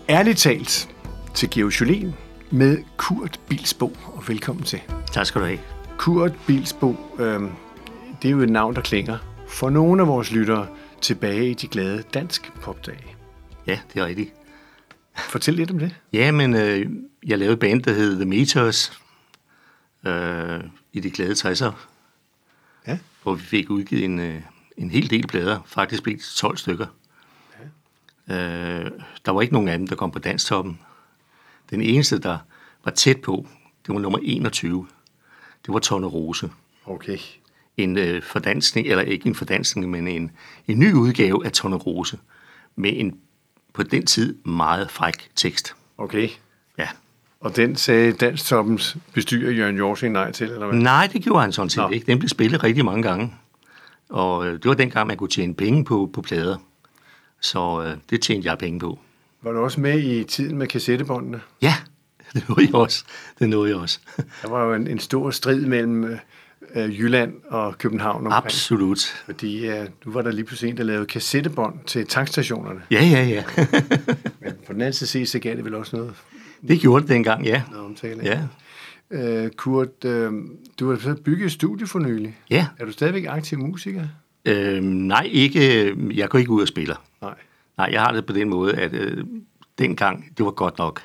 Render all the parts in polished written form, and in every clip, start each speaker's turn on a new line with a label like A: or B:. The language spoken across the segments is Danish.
A: Ærligt talt til Georg Jolén med Kurt Bilsbo, og velkommen til.
B: Tak skal du have.
A: Kurt Bilsbo, det er jo et navn, der klinger for nogle af vores lyttere tilbage i de glade dansk popdage.
B: Ja, det er rigtigt.
A: Fortæl lidt om det.
B: Ja, men jeg lavede et band, der hed The Meters i de glade 60'er,
A: Ja.
B: hvor vi fik udgivet en hel del plader. Faktisk blev det 12 stykker. Ja. Der var ikke nogen af dem, der kom på Dansktoppen. Den eneste, der var tæt på, det var nummer 21. Det var Tornerose.
A: Okay.
B: En fordansning, eller ikke en fordansning, men en ny udgave af Tornerose, med en på den tid meget fræk tekst.
A: Okay.
B: Ja.
A: Og den sagde Dansktoppens bestyrer Jørgen Jorting nej til, eller hvad?
B: Nej, det gjorde han sådan set ikke. Den blev spillet rigtig mange gange. Og det var dengang, man kunne tjene penge på plader. Så det tjente jeg penge på.
A: Var du også med i tiden med kassettebåndene?
B: Ja, det nåede jeg også.
A: Der var jo en stor strid mellem Jylland og København omkring.
B: Absolut.
A: Fordi nu var der lige pludselig en, der lavede kassettebånd til tankstationerne.
B: Ja.
A: Men på den anden side, så gav det vel også noget.
B: Det gjorde det dengang, ja.
A: Noget omtale.
B: Ja.
A: Kurt, du har så bygget et studie for nylig.
B: Ja.
A: Er du stadigvæk aktiv musiker?
B: Nej, ikke. Jeg går ikke ud og spiller. Nej, jeg har det på den måde, at dengang, det var godt nok.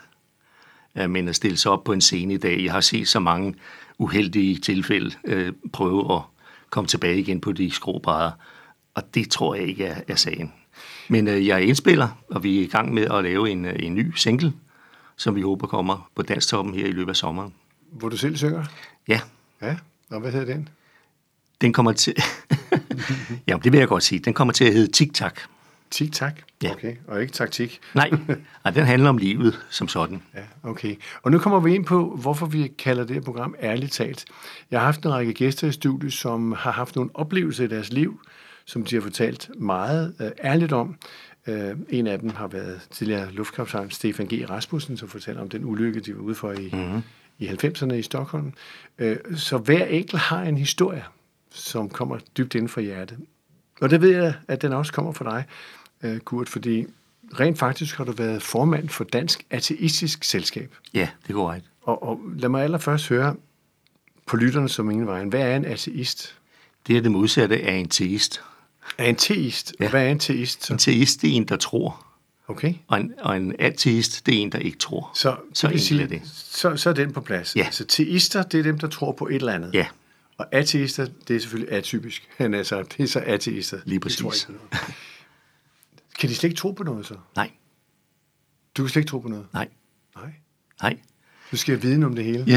B: Men at stille sig op på en scene i dag, jeg har set så mange uheldige tilfælde prøve at komme tilbage igen på de skråbrædder, og det tror jeg ikke er sagen. Men jeg er indspiller, og vi er i gang med at lave en ny single, som vi håber kommer på Dansktoppen her i løbet af sommeren.
A: Hvor du selv synger?
B: Ja.
A: Ja, og hvad hedder den?
B: Den kommer til... Jamen, det vil jeg godt sige. Den kommer til at hedde Tic Tac.
A: Tic Tac?
B: Ja.
A: Okay, og ikke taktik?
B: Nej, den handler om livet som sådan.
A: Ja, okay. Og nu kommer vi ind på, hvorfor vi kalder det her program Ærligt talt. Jeg har haft en række gæster i studiet, som har haft nogle oplevelser i deres liv, som de har fortalt meget ærligt om. En af dem har været tidligere luftkaptajn Stefan G. Rasmussen, som fortæller om den ulykke, de var ude for i 90'erne i Stockholm. Så hver enkelt har en historie, som kommer dybt inden for hjertet. Og det ved jeg, at den også kommer fra dig, Kurt, fordi rent faktisk har du været formand for Dansk Ateistisk Selskab.
B: Ja, det går rigtigt.
A: Og lad mig allerførst høre på lytterne som ingen vejen. Hvad er en ateist?
B: Det er det modsatte af en teist.
A: Er en teist?
B: Ja.
A: Hvad er en teist?
B: En teist, det er en, der tror.
A: Okay.
B: Og en ateist, det er en, der ikke tror.
A: Så
B: enkelt
A: sige,
B: er det.
A: Så er den på plads.
B: Ja.
A: Altså teister, det er dem, der tror på et eller andet.
B: Ja.
A: Og ateister, det er selvfølgelig atypisk. Han altså, det er så ateister.
B: Lige præcis.
A: De tror ikke på noget. Kan de slet ikke tro på noget så?
B: Nej.
A: Du kan slet ikke tro på noget?
B: Nej.
A: Du skal vide om det hele?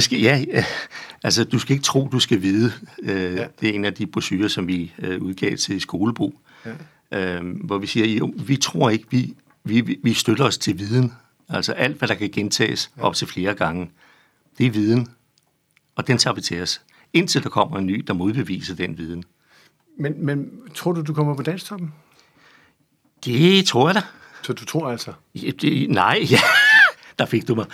B: Altså du skal ikke tro, du skal vide. Det er en af de brochurer, som vi udgav til skolebrug. Ja. Hvor vi siger, jo, vi tror ikke, vi støtter os til viden. Altså alt, hvad der kan gentages op til flere gange, det er viden. Og den tager vi til os. Indtil der kommer en ny, der modbeviser den viden.
A: Men tror du kommer på Dansktoppen?
B: Det tror jeg da.
A: Så du tror altså?
B: Nej, der fik du mig.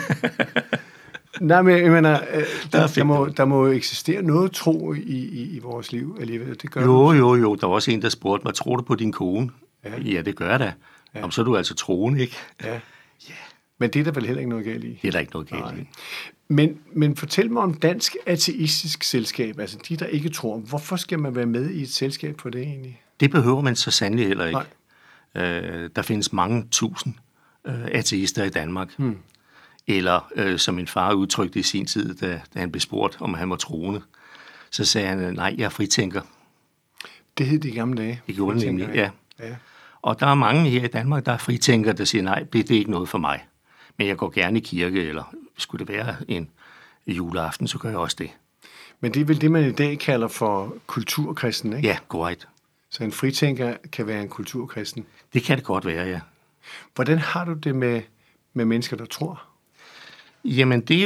A: Nej, men jeg mener, der må eksistere noget tro i vores liv alligevel. Det gør
B: Jo. Der var også en, der spurgte mig, tror du på din kone? Ja, det gør jeg da. Ja. Om så er du altså troende, ikke?
A: Ja. Men det er der vel heller ikke noget galt i?
B: Det er der ikke noget galt i.
A: Men fortæl mig om Dansk Ateistisk Selskab, altså de, der ikke tror. Hvorfor skal man være med i et selskab for det egentlig?
B: Det behøver man så sandelig heller ikke. Der findes mange tusind ateister i Danmark. Eller som min far udtrykte i sin tid, da han blev spurgt, om han var troende, så sagde han, nej, jeg er fritænker.
A: Det hed det i gamle dage.
B: Det gjorde det nemlig, ja. Og der er mange her i Danmark, der er fritænkere, der siger, nej, det er ikke noget for mig. Men jeg går gerne i kirke, eller skulle det være en juleaften, så gør jeg også det.
A: Men det er vel det, man i dag kalder for kulturkristen, ikke?
B: Ja, korrekt.
A: Så en fritænker kan være en kulturkristen?
B: Det kan det godt være, ja.
A: Hvordan har du det med mennesker, der tror?
B: Jamen, det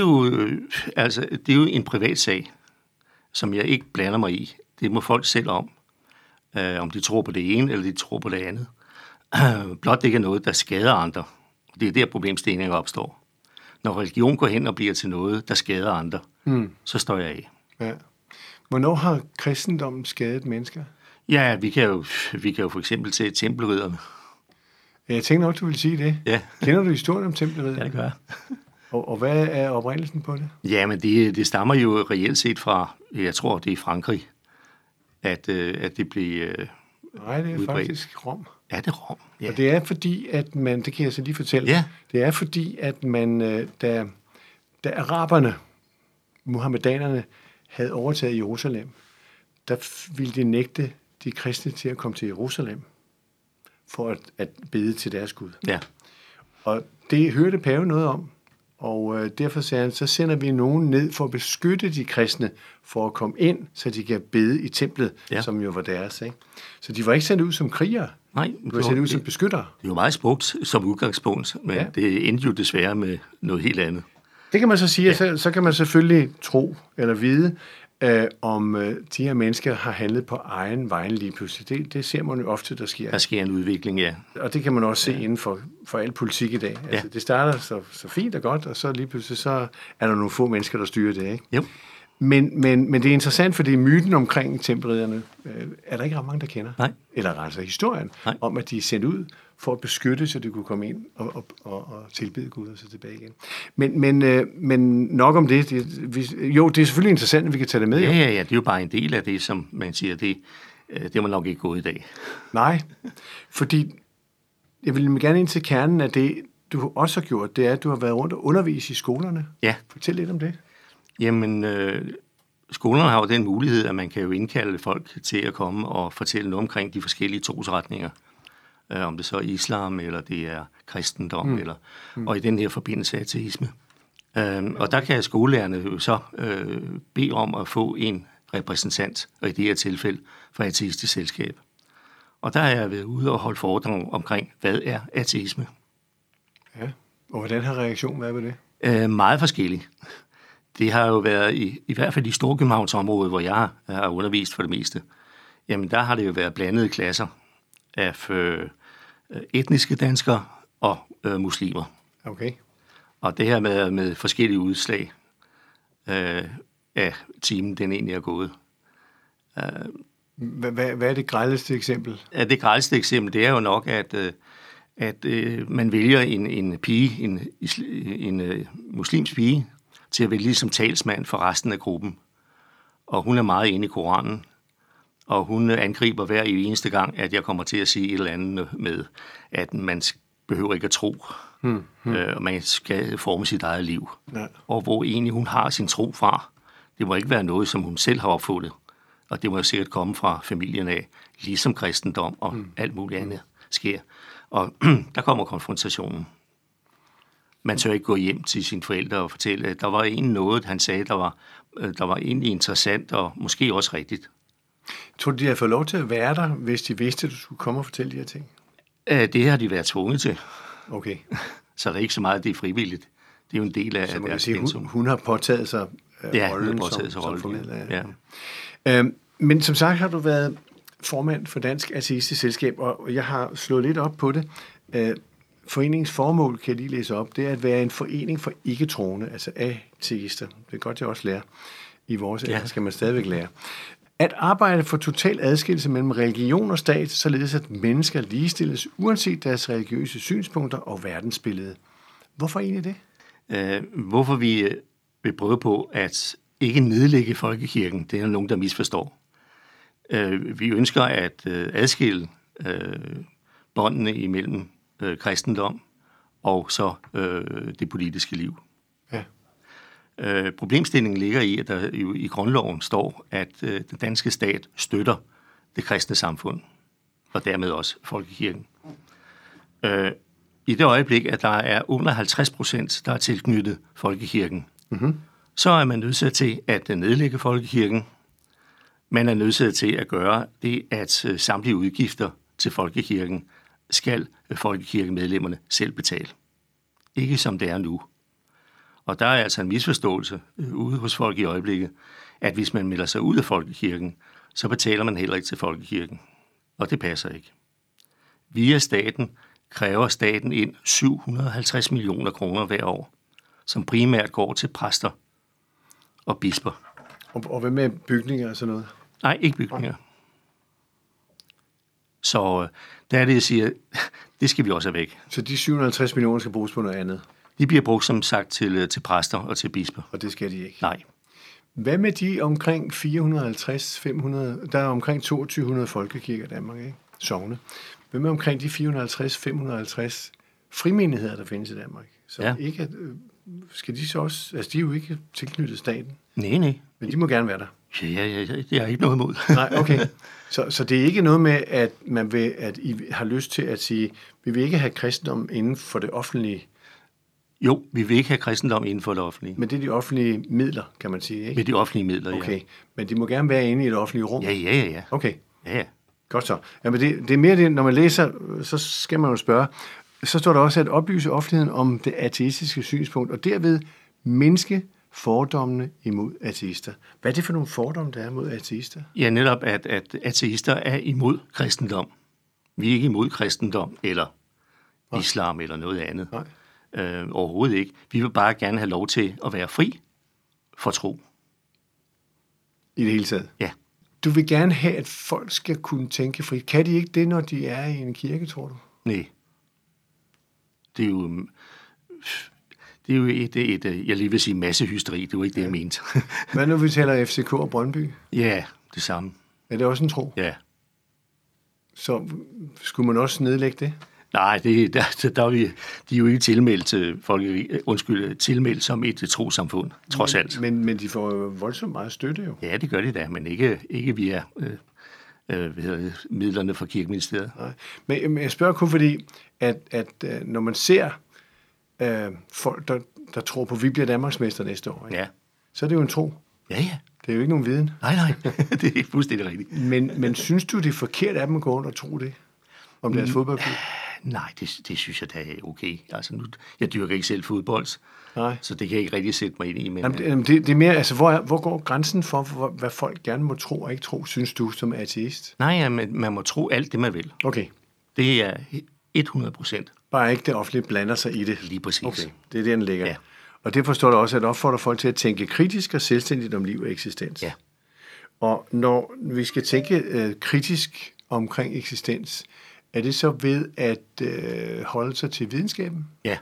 B: er jo en privat sag, som jeg ikke blander mig i. Det må folk selv om de tror på det ene, eller de tror på det andet. Blot det ikke er noget, der skader andre. Det er der problemstillinger opstår. Når religion går hen og bliver til noget, der skader andre, så står jeg af.
A: Ja. Hvornår har kristendommen skadet mennesker?
B: Ja, vi kan jo for eksempel se tempelridderne.
A: Jeg tænkte nok, du ville sige det.
B: Ja.
A: Kender du historien om templeriet?
B: Ja, det gør jeg.
A: Og hvad er oprindelsen på det?
B: Ja, men det stammer jo reelt set fra, jeg tror, det er Frankrig, at det blev
A: Nej, det er
B: udbredt.
A: faktisk Rom.
B: Ja, det er Rom. Ja.
A: Og det er fordi, at man, det kan jeg så lige fortælle,
B: Ja.
A: det er fordi, at man, da araberne, muhammedanerne, havde overtaget Jerusalem, der ville de nægte de kristne til at komme til Jerusalem, for at bede til deres Gud.
B: Ja.
A: Og det hørte paven noget om, og derfor sagde han, så sender vi nogen ned for at beskytte de kristne, for at komme ind, så de kan bede i templet, som jo var deres. Ikke? Så de var ikke sendt ud som krigere,
B: Nej,
A: de var sendt ud som beskyttere.
B: Det er jo meget smukt som udgangspunkt, men det endte jo desværre med noget helt andet.
A: Det kan man så sige, så kan man selvfølgelig tro eller vide, om de her mennesker har handlet på egen vejen lige pludselig. Det ser man jo ofte, der sker.
B: Der sker en udvikling, ja.
A: Og det kan man også se inden for al politik i dag. Altså, det starter så fint og godt, og så lige pludselig så er der nogle få mennesker, der styrer det. Ikke?
B: Jo.
A: Men det er interessant, fordi myten omkring templerierne er der ikke ret mange, der kender.
B: Nej.
A: Eller altså historien om, at de er sendt ud for at beskytte, så de kunne komme ind og tilbede Gud og så tilbage igen. Men nok om det. Det er selvfølgelig interessant, at vi kan tage det med.
B: Ja, det er jo bare en del af det, som man siger, det må nok ikke gå i dag.
A: Nej, fordi jeg vil gerne ind til kernen af det, du også har gjort, det er, at du har været rundt og undervist i skolerne.
B: Ja.
A: Fortæl lidt om det.
B: Jamen, skolerne har jo den mulighed, at man kan jo indkalde folk til at komme og fortælle noget omkring de forskellige trosretninger. Om det så er islam, eller det er kristendom, og i den her forbindelse ateisme. Og der kan skolelærerne jo så bede om at få en repræsentant, og i det her tilfælde fra Ateistisk Selskab. Og der er jeg været ude og holde foredrag omkring, hvad er ateisme?
A: Ja, og hvordan har reaktionen været ved det?
B: Meget forskellig. Det har jo været i hvert fald i Storkøbenhavnsområdet, hvor jeg har undervist for det meste. Jamen, der har det jo været blandede klasser af etniske danskere og muslimer.
A: Okay.
B: Og det her med forskellige udslag af timen, den egentlig er gået.
A: Hvad er det grelleste eksempel?
B: Ja, det grelleste eksempel, det er jo nok, at man vælger en pige, en muslimsk pige, til at vælge som talsmand for resten af gruppen. Og hun er meget inde i Koranen, og hun angriber hver eneste gang, at jeg kommer til at sige et eller andet med, at man behøver ikke at tro, og man skal forme sit eget liv. Ja. Og hvor egentlig hun har sin tro fra. Det må ikke være noget, som hun selv har opfundet, og det må jo sikkert komme fra familien af, ligesom kristendom og alt muligt andet sker. Og der kommer konfrontationen. Man tør ikke gå hjem til sine forældre og fortælle, at der var noget, han sagde, der var egentlig interessant og måske også rigtigt.
A: Tror du, de havde fået lov til at være der, hvis de vidste, at du skulle komme og fortælle de her ting?
B: Det har de været tvunget til.
A: Okay.
B: Så der er ikke så meget, det er frivilligt. Det er jo en del af
A: deres pensum. Hun har påtaget sig rollen som formidler. Ja. Men som sagt har du været formand for Dansk Ateistisk Selskab, og jeg har slået lidt op på det. Foreningens formål, kan jeg lige læse op, det er at være en forening for ikke-troende, altså ateister. Det er godt, jeg også lærer. I vores alder skal man stadigvæk lære. At arbejde for total adskillelse mellem religion og stat, således at mennesker ligestilles, uanset deres religiøse synspunkter og verdensbillede. Hvorfor egentlig det?
B: Hvorfor vi vil prøve på at ikke nedlægge folkekirken, det er nogen, der misforstår. Vi ønsker at adskille båndene imellem kristendom og så det politiske liv. Ja. Problemstillingen ligger i, at der jo i grundloven står, at den danske stat støtter det kristne samfund, og dermed også folkekirken. I det øjeblik, at der er under 50%, der er tilknyttet folkekirken, så er man nødt til at nedlægge folkekirken. Man er nødt til at gøre det, at samtlige udgifter til folkekirken skal folkekirkemedlemmerne selv betale. Ikke som det er nu. Og der er altså en misforståelse ude hos folk i øjeblikket, at hvis man melder sig ud af folkekirken, så betaler man heller ikke til folkekirken. Og det passer ikke. Via staten kræver staten ind 750 millioner kroner hver år, som primært går til præster og bisper.
A: Og hvad med bygninger og sådan noget?
B: Nej, ikke bygninger. Så der er det, jeg siger, Det skal vi også have væk.
A: Så de 750 millioner skal bruges på noget andet?
B: De bliver brugt, som sagt, til præster og til bisper.
A: Og det skal de ikke?
B: Nej.
A: Hvad med de omkring 450-500, der er omkring 2200 folkekirker i Danmark, ikke? Sogne. Hvad med omkring de 450-550 frimenigheder, der findes i Danmark? Så ikke, skal de så også, altså de er jo ikke tilknyttet staten.
B: Nej.
A: Men de må gerne være der.
B: Ja, det er ikke noget imod.
A: Nej, okay. Så det er ikke noget med, at man vil, at I har lyst til at sige, vi vil ikke have kristendom inden for det offentlige.
B: Jo, vi vil ikke have kristendom inden for det offentlige.
A: Men det er de offentlige midler, kan man sige, ikke?
B: Med de offentlige midler,
A: okay. Ja. Men de må gerne være inde i et offentligt rum?
B: Ja.
A: Okay.
B: Ja.
A: Godt så. Jamen det er mere det, når man læser, så skal man jo spørge, så står der også at oplyse offentligheden om det ateistiske synspunkt, og derved mindske fordommene imod ateister. Hvad er det for nogle fordomme, der er mod ateister?
B: Ja, netop at ateister er imod kristendom. Vi er ikke imod kristendom, eller islam, eller noget andet.
A: Nej.
B: Overhovedet ikke. Vi vil bare gerne have lov til at være fri for tro.
A: I det hele taget?
B: Ja.
A: Du vil gerne have, at folk skal kunne tænke frit. Kan de ikke det, når de er i en kirke, tror du?
B: Nej. Det er jo et jeg lige vil sige massehysteri. Det er jo ikke det, jeg mente.
A: Hvad nu, vi taler FCK og Brøndby?
B: Ja, det samme.
A: Er det også en tro?
B: Ja.
A: Så skulle man også nedlægge det?
B: Nej, de er jo ikke tilmeldt som et trosamfund, trods alt.
A: Men de får jo voldsomt meget støtte jo.
B: Ja, det gør de da, men ikke via midlerne fra Kirkeministeriet.
A: Nej. Men jeg spørger kun fordi, at når man ser folk, der tror på, at vi bliver Danmarksmester næste år, ikke?
B: Ja.
A: Så er det jo en tro.
B: Ja.
A: Det er jo ikke nogen viden.
B: Nej, det er fuldstændig rigtigt.
A: Men synes du, det er forkert af dem at gå rundt og tro det? Om deres fodboldklub?
B: Nej, det synes jeg da er okay. Altså jeg dyrker ikke selv fodbold, så det kan jeg ikke rigtig sætte mig ind i. Men,
A: jamen, det er mere, altså hvor går grænsen for, hvad folk gerne må tro og ikke tro, synes du, som ateist?
B: Nej, ja, man må tro alt det, man vil.
A: Okay.
B: Det er 100%.
A: Bare ikke det offentlige blander sig i det?
B: Lige præcis.
A: Okay, det er det, den ligger.
B: Ja.
A: Og det forstår du også, at opfordrer folk til at tænke kritisk og selvstændigt om liv og eksistens.
B: Ja.
A: Og når vi skal tænke kritisk omkring eksistens, er det så ved at holde sig til videnskaben?
B: Ja.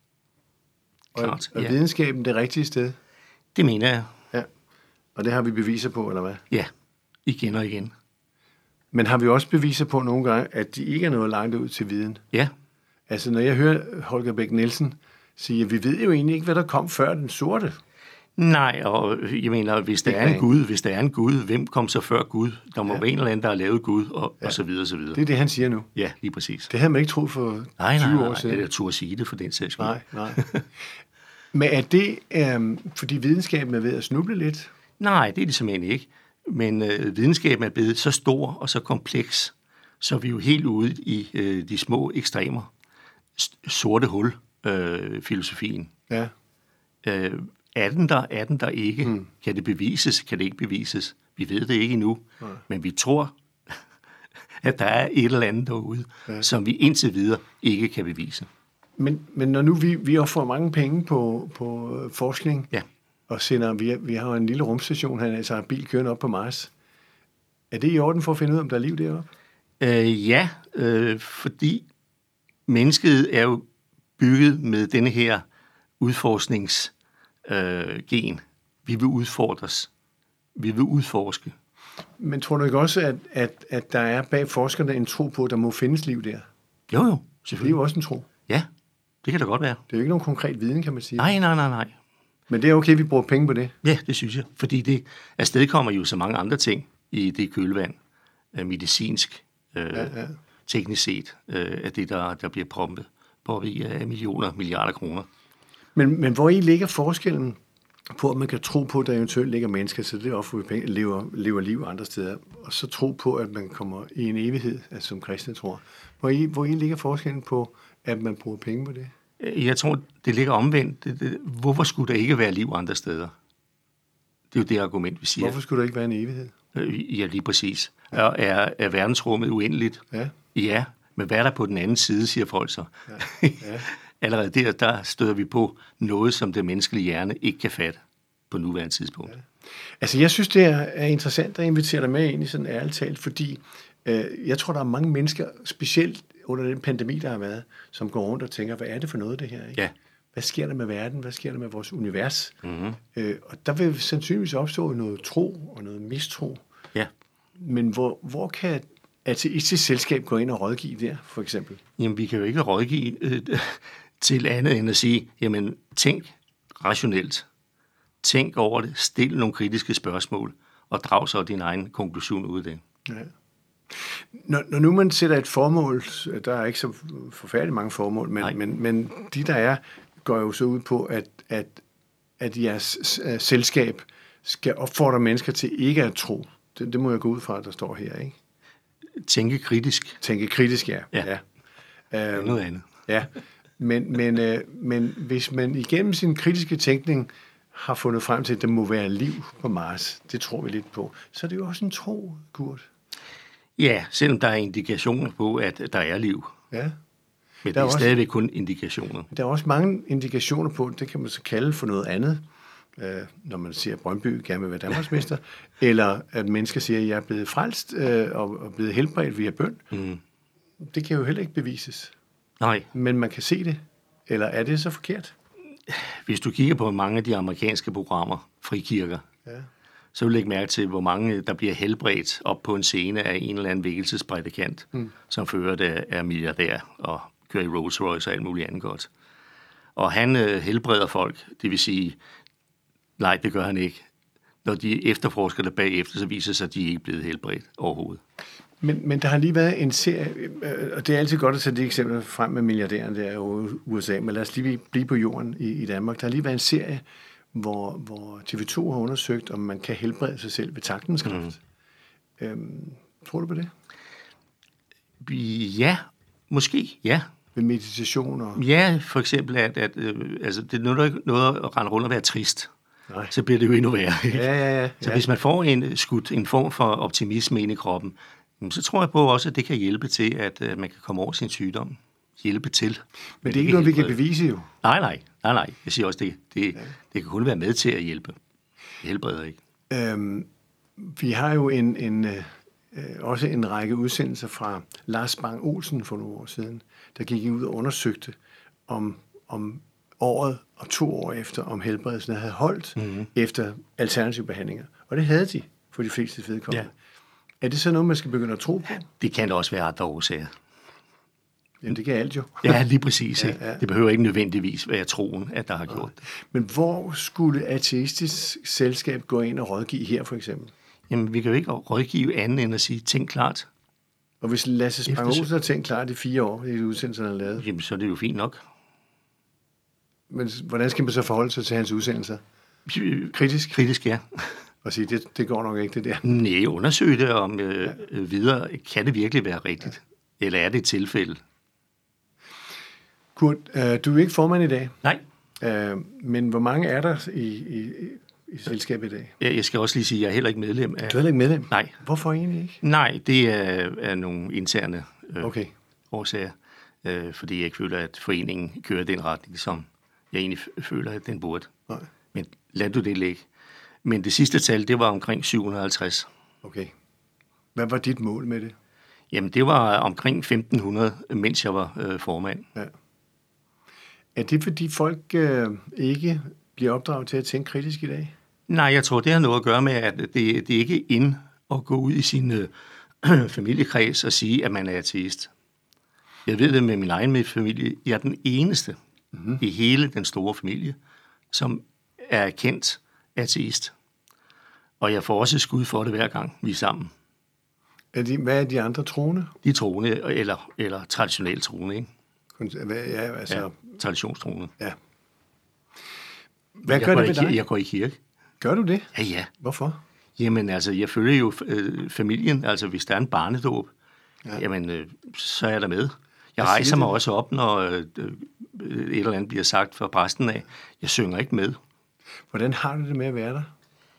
B: Klart,
A: og videnskaben det rigtige sted?
B: Det mener jeg.
A: Ja. Og det har vi beviser på, eller hvad?
B: Ja, igen og igen.
A: Men har vi også beviser på nogle gange, at de ikke er noget langt ud til viden?
B: Ja.
A: Altså, når jeg hører Holger Bech Nielsen sige, at vi ved jo egentlig ikke, hvad der kom før den sorte.
B: Nej, og jeg mener, hvis der er en Gud, hvem kom så før Gud? Der må være en eller anden, der har lavet Gud, og så videre, så videre.
A: Det er det, han siger nu.
B: Ja, lige præcis.
A: Det havde man ikke troet for 20 år siden.
B: Nej, det er turde sige det for den sags skyld.
A: Nej. Men er det, fordi videnskaben er ved at snuble lidt?
B: Nej, det er det simpelthen ikke. Men videnskaben er blevet så stor og så kompleks, så vi er jo helt ude i de små ekstremer. Sorte hul, filosofien.
A: Ja.
B: Er den der ikke? Kan det bevises? Kan det ikke bevises? Vi ved det ikke endnu, men vi tror, at der er et eller andet derude, som vi indtil videre ikke kan bevise.
A: Men når nu vi offrer mange penge på forskning, og sender, vi har jo en lille rumstation, altså en bil kørende op på Mars. Er det i orden for at finde ud af, om der er liv deroppe?
B: Fordi mennesket er jo bygget med denne her udforskningsgen. Vi vil udfordres. Vi vil udforske.
A: Men tror du ikke også, at der er bag forskerne en tro på, at der må findes liv der?
B: Jo, selvfølgelig.
A: Det er jo også en tro.
B: Ja, det kan da godt være.
A: Det er jo ikke nogen konkret viden, kan man sige.
B: Nej.
A: Men det er okay, vi bruger penge på det?
B: Ja, det synes jeg. Fordi det afstedkommer jo så mange andre ting i det kølvand. Medicinsk, teknisk set, af det, der bliver proppet på af milliarder kroner. Men
A: hvor i ligger forskellen på, at man kan tro på, at der eventuelt ligger mennesker, så det offer vi penge, lever liv andre steder, og så tro på, at man kommer i en evighed, altså som kristne tror. Hvor i ligger forskellen på, at man bruger penge på det?
B: Jeg tror, det ligger omvendt. Hvorfor skulle der ikke være liv andre steder? Det er jo det argument, vi siger.
A: Hvorfor skulle der ikke være en evighed?
B: Ja, lige præcis. Er verdensrummet uendeligt? Ja, men hvad er der på den anden side, siger folk så. Ja. Allerede der støder vi på noget, som det menneskelige hjerne ikke kan fatte på nuværende tidspunkt. Ja.
A: Altså, jeg synes, det er interessant at invitere dig med ind i sådan ærligt talt, fordi jeg tror, der er mange mennesker, specielt under den pandemi, der har været, som går rundt og tænker, hvad er det for noget, det her? Ikke?
B: Ja.
A: Hvad sker der med verden? Hvad sker der med vores univers? Og der vil sandsynligvis opstå noget tro og noget mistro.
B: Ja.
A: Men hvor kan ateistisk selskab gå ind og rådgive der, for eksempel?
B: Jamen, vi kan jo ikke rådgive til andet end at sige, jamen, tænk rationelt. Tænk over det. Stil nogle kritiske spørgsmål, og drag så din egen konklusion ud af det.
A: Ja. Når nu man sætter et formål, der er ikke så forfærdeligt mange formål, men de, der er, går jo så ud på, at jeres selskab skal opfordre mennesker til ikke at tro. Det må jeg gå ud fra, at der står her, ikke?
B: Tænke kritisk.
A: Tænke kritisk, ja.
B: Noget andet.
A: Ja, men hvis man igennem sin kritiske tænkning har fundet frem til, at der må være liv på Mars, det tror vi lidt på, så er det jo også en tro, Kurt.
B: Ja, selvom der er indikationer på, at der er liv.
A: Ja.
B: Men det er stadigvæk kun indikationer.
A: Der er også mange indikationer på, det kan man så kalde for noget andet, når man siger, at Brøndby gerne vil være danmarksmester, eller at mennesker siger, at jeg er blevet frelst og blevet helbredt via bøn. Det kan jo heller ikke bevises.
B: Nej.
A: Men man kan se det. Eller er det så forkert?
B: Hvis du kigger på mange af de amerikanske programmer, frikirker, så vil du lægge mærke til, hvor mange der bliver helbredt op på en scene af en eller anden vækkelsesprædikant, som fører er milliardær og kører i Rolls Royce og alt muligt andet godt. Og han helbreder folk, det vil sige, nej, det gør han ikke. Når de efterforsker det bagefter, så viser sig, at de ikke er blevet helbredt overhovedet.
A: Men der har lige været en serie, og det er altid godt at tage de eksempler frem med milliardæren der i USA, men lad os lige blive på jorden i Danmark. Der har lige været en serie, hvor TV2 har undersøgt, om man kan helbrede sig selv ved taktens kraft. Tror du på det?
B: Ja, måske, ja.
A: Ved meditation og...
B: Ja, for eksempel, at altså, det er ikke noget at rende rundt og være trist.
A: Nej.
B: Så bliver det jo endnu værre.
A: Ja.
B: Så hvis man får en form for optimisme ind i kroppen, så tror jeg på også, at det kan hjælpe til, at man kan komme over sin sygdom. Hjælpe til.
A: Men det er ikke noget, vi kan bevise jo.
B: Nej. Jeg siger også, det kan kun være med til at hjælpe. Det helbreder ikke.
A: Vi har jo også en række udsendelser fra Lars Bang Olsen for nogle år siden, der gik ud og undersøgte om året og 2 år efter, om helbredelsen havde holdt efter alternative behandlinger. Og det havde de for de fleste vedkommende. Ja. Er det så noget, man skal begynde at tro på?
B: Det kan der også være andre årsager.
A: Jamen, det kan alt jo.
B: Ja, lige præcis. Ja. Det behøver ikke nødvendigvis være troen, at der har gjort det.
A: Men hvor skulle ateistisk selskab gå ind og rådgive her, for eksempel?
B: Jamen, vi kan jo ikke rådgive andet end at sige, tænk klart.
A: Og hvis Lasse Spang Olsen har tænkt klart i 4 år, i udsendelsen, han har lavet?
B: Jamen, så er det jo fint nok.
A: Men hvordan skal man så forholde sig til hans udsendelser? Kritisk?
B: Kritisk, ja.
A: Og sige, det går nok ikke, det der.
B: Nej, undersøg det om videre. Kan det virkelig være rigtigt? Ja. Eller er det et tilfælde?
A: Kurt, du er ikke formand i dag.
B: Nej.
A: Men hvor mange er der i selskabet i dag?
B: Ja, jeg skal også lige sige, at jeg er heller ikke medlem af...
A: Du er heller ikke medlem?
B: Nej.
A: Hvorfor egentlig ikke?
B: Nej, det er nogle interne årsager. Fordi jeg ikke føler, at foreningen kører den retning, som jeg egentlig føler, at den burde.
A: Nej.
B: Men lad du det ligge. Men det sidste tal, det var omkring 750.
A: Okay. Hvad var dit mål med det?
B: Jamen, det var omkring 1500, mens jeg var formand.
A: Ja. Er det, fordi folk ikke bliver opdraget til at tænke kritisk i dag?
B: Nej, jeg tror, det har noget at gøre med, at det ikke er ind at gå ud i sin familiekreds og sige, at man er ateist. Jeg ved det med min egen familie. Jeg er den eneste i hele den store familie, som er kendt ateist. Og jeg får også skud for det hver gang, vi er sammen.
A: Hvad er de andre troende?
B: De er troende, eller traditionelt troende, ikke?
A: Ja, altså...
B: Ja, traditionstroende.
A: Ja. Hvad gør det ved dig?
B: Jeg går i kirke.
A: Gør du det?
B: Ja.
A: Hvorfor?
B: Jamen, altså, jeg følger jo familien. Altså, hvis der er en barnedåb, jamen, så er jeg der med. Jeg rejser mig også op, når et eller andet bliver sagt fra præsten af. Jeg synger ikke med.
A: Hvordan har du det med at være der?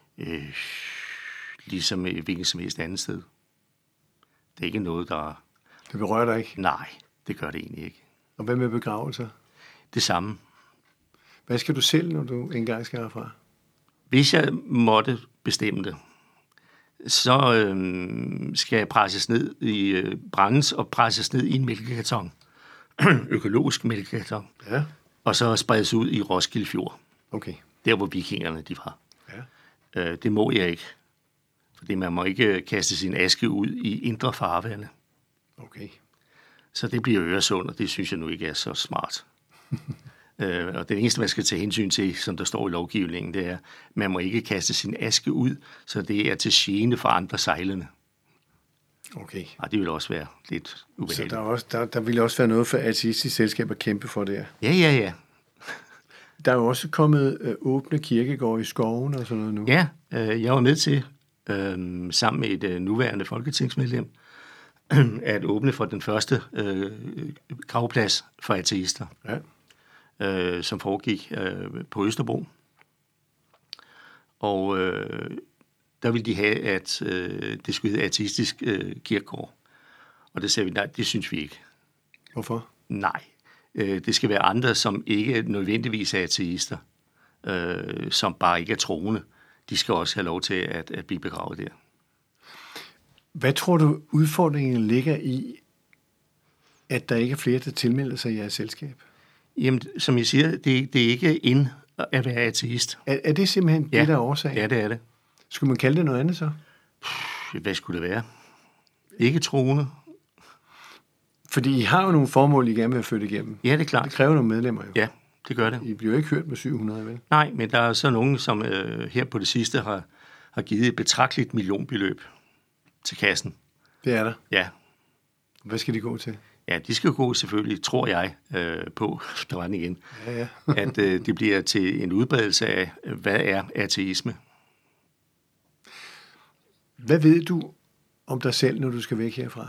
B: Ligesom i hvilket som helst andet sted. Det er ikke noget, der...
A: Det berører dig ikke?
B: Nej, det gør det egentlig ikke.
A: Og hvad med begravelser?
B: Det samme.
A: Hvad skal du selv, når du engang skal herfra?
B: Hvis jeg måtte bestemme det, så skal presses ned brændes og presses ned i en mælkekarton. Økologisk mælkekarton.
A: Ja.
B: Og så spredes ud i Roskilde Fjord.
A: Okay.
B: Der, hvor vikingerne de var.
A: Ja.
B: Det må jeg ikke. Fordi man må ikke kaste sin aske ud i indre farvande.
A: Okay.
B: Så det bliver Øresund, og det synes jeg nu ikke er så smart. Og det eneste, man skal tage hensyn til, som der står i lovgivningen, det er, at man må ikke kaste sin aske ud, så det er til gene for andre sejlende.
A: Okay.
B: Og det vil også være lidt ubehageligt.
A: Så der vil også være noget for ateistiske selskaber at kæmpe for der.
B: Ja.
A: Der er jo også kommet åbne kirkegårde i skoven og sådan noget nu.
B: Ja, jeg var med til, sammen med et nuværende folketingsmedlem, at åbne for den første gravplads for ateister, som foregik på Østerbro. Og der ville de have, at det skulle hedde ateistisk kirkegård. Og det sagde vi, nej, det synes vi ikke.
A: Hvorfor?
B: Nej, det skal være andre, som ikke nødvendigvis er ateister, som bare ikke er troende. De skal også have lov til at blive begravet der. Hvad
A: tror du, udfordringen ligger i, at der ikke er flere, der tilmelder sig i jeres selskab?
B: Jamen, som jeg siger, det er ikke ind at være ateist.
A: Er det simpelthen det, der er årsagen?
B: Ja, det er det.
A: Skulle man kalde det noget andet så?
B: Hvad skulle det være? Ikke troende.
A: Fordi I har jo nogle formål, I gerne vil føre igennem.
B: Ja, det er klart.
A: Det kræver nogle medlemmer jo.
B: Ja, det gør det.
A: I bliver jo ikke hørt med 700, vel?
B: Nej, men der er så nogen, som her på det sidste har givet et betragteligt millionbeløb til kassen.
A: Det er der?
B: Ja.
A: Hvad skal de gå til?
B: Ja, de skal gå selvfølgelig, tror jeg, på, der var den igen, at det bliver til en udbredelse af, hvad er ateisme.
A: Hvad ved du om dig selv, når du skal væk herfra?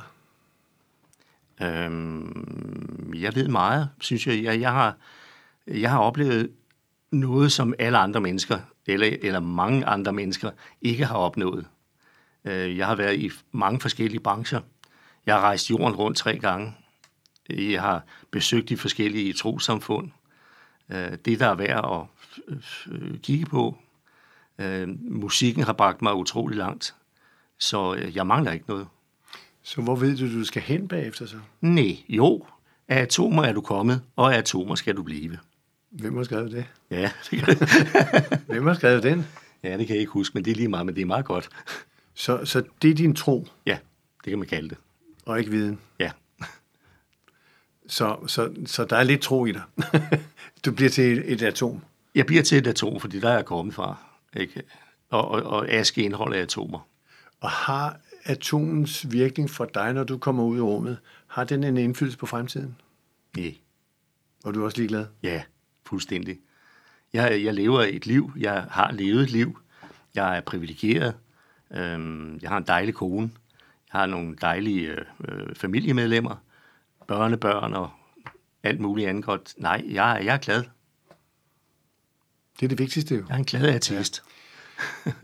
B: Jeg ved meget, synes jeg. Jeg har oplevet noget, som alle andre mennesker, eller mange andre mennesker, ikke har opnået. Jeg har været i mange forskellige brancher. Jeg har rejst jorden rundt 3 gange. Jeg har besøgt de forskellige trossamfund. Det, der er værd at kigge på. Musikken har bragt mig utrolig langt. Så jeg mangler ikke noget.
A: Så hvor ved du skal hen bagefter så?
B: Nej, jo. Af atomer er du kommet, og af atomer skal du blive.
A: Hvem har skrevet det?
B: Ja, det kan
A: Hvem har skrevet den?
B: Ja, det kan jeg ikke huske, men det er lige meget, men det er meget godt.
A: Så det er din tro?
B: Ja, det kan man kalde det.
A: Og ikke viden?
B: Ja.
A: Så der er lidt tro i dig. Du bliver til et atom?
B: Jeg bliver til et atom, fordi der er jeg kommet fra. Ikke? Og aske indeholder atomer.
A: Og har atomens virkning for dig, når du kommer ud i rummet, har den en indflydelse på fremtiden?
B: Nej.
A: Og du er også ligeglad?
B: Ja, fuldstændig. Jeg lever et liv. Jeg har levet et liv. Jeg er privilegeret. Jeg har en dejlig kone. Jeg har nogle dejlige familiemedlemmer, børnebørn og alt muligt andet godt. Nej, jeg er glad.
A: Det er det vigtigste jo.
B: Jeg er en glad ateist.
A: Ja.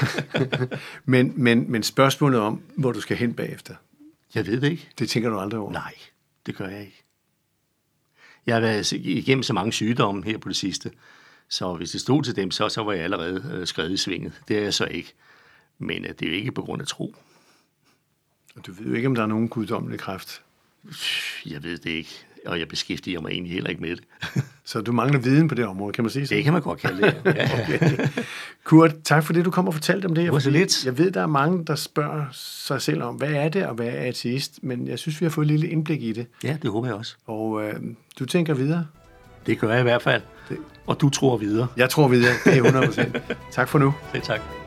A: men spørgsmålet om, hvor du skal hen bagefter?
B: Jeg ved det ikke.
A: Det tænker du aldrig over?
B: Nej, det gør jeg ikke. Jeg har været igennem så mange sygdomme her på det sidste, så hvis det stod til dem, så var jeg allerede skrevet i svinget. Det er jeg så ikke. Men det er jo ikke på grund af tro.
A: Og du ved jo ikke, om der er nogen guddommelig kræft?
B: Jeg ved det ikke, og jeg beskæftiger mig egentlig heller ikke med det.
A: Så du mangler viden på det område, kan man sige så?
B: Det kan man godt kalde det, ja.
A: Okay. Kurt, tak for det, du kom og fortalte om det.
B: Det var så lidt.
A: Jeg ved, der er mange, der spørger sig selv om, hvad er det at være ateist? Men jeg synes, vi har fået et lille indblik i det.
B: Ja, det håber jeg også.
A: Og du tænker videre?
B: Det gør jeg i hvert fald. Og du tror videre.
A: Jeg tror videre, det er 100%. Tak for nu.
B: Det tak.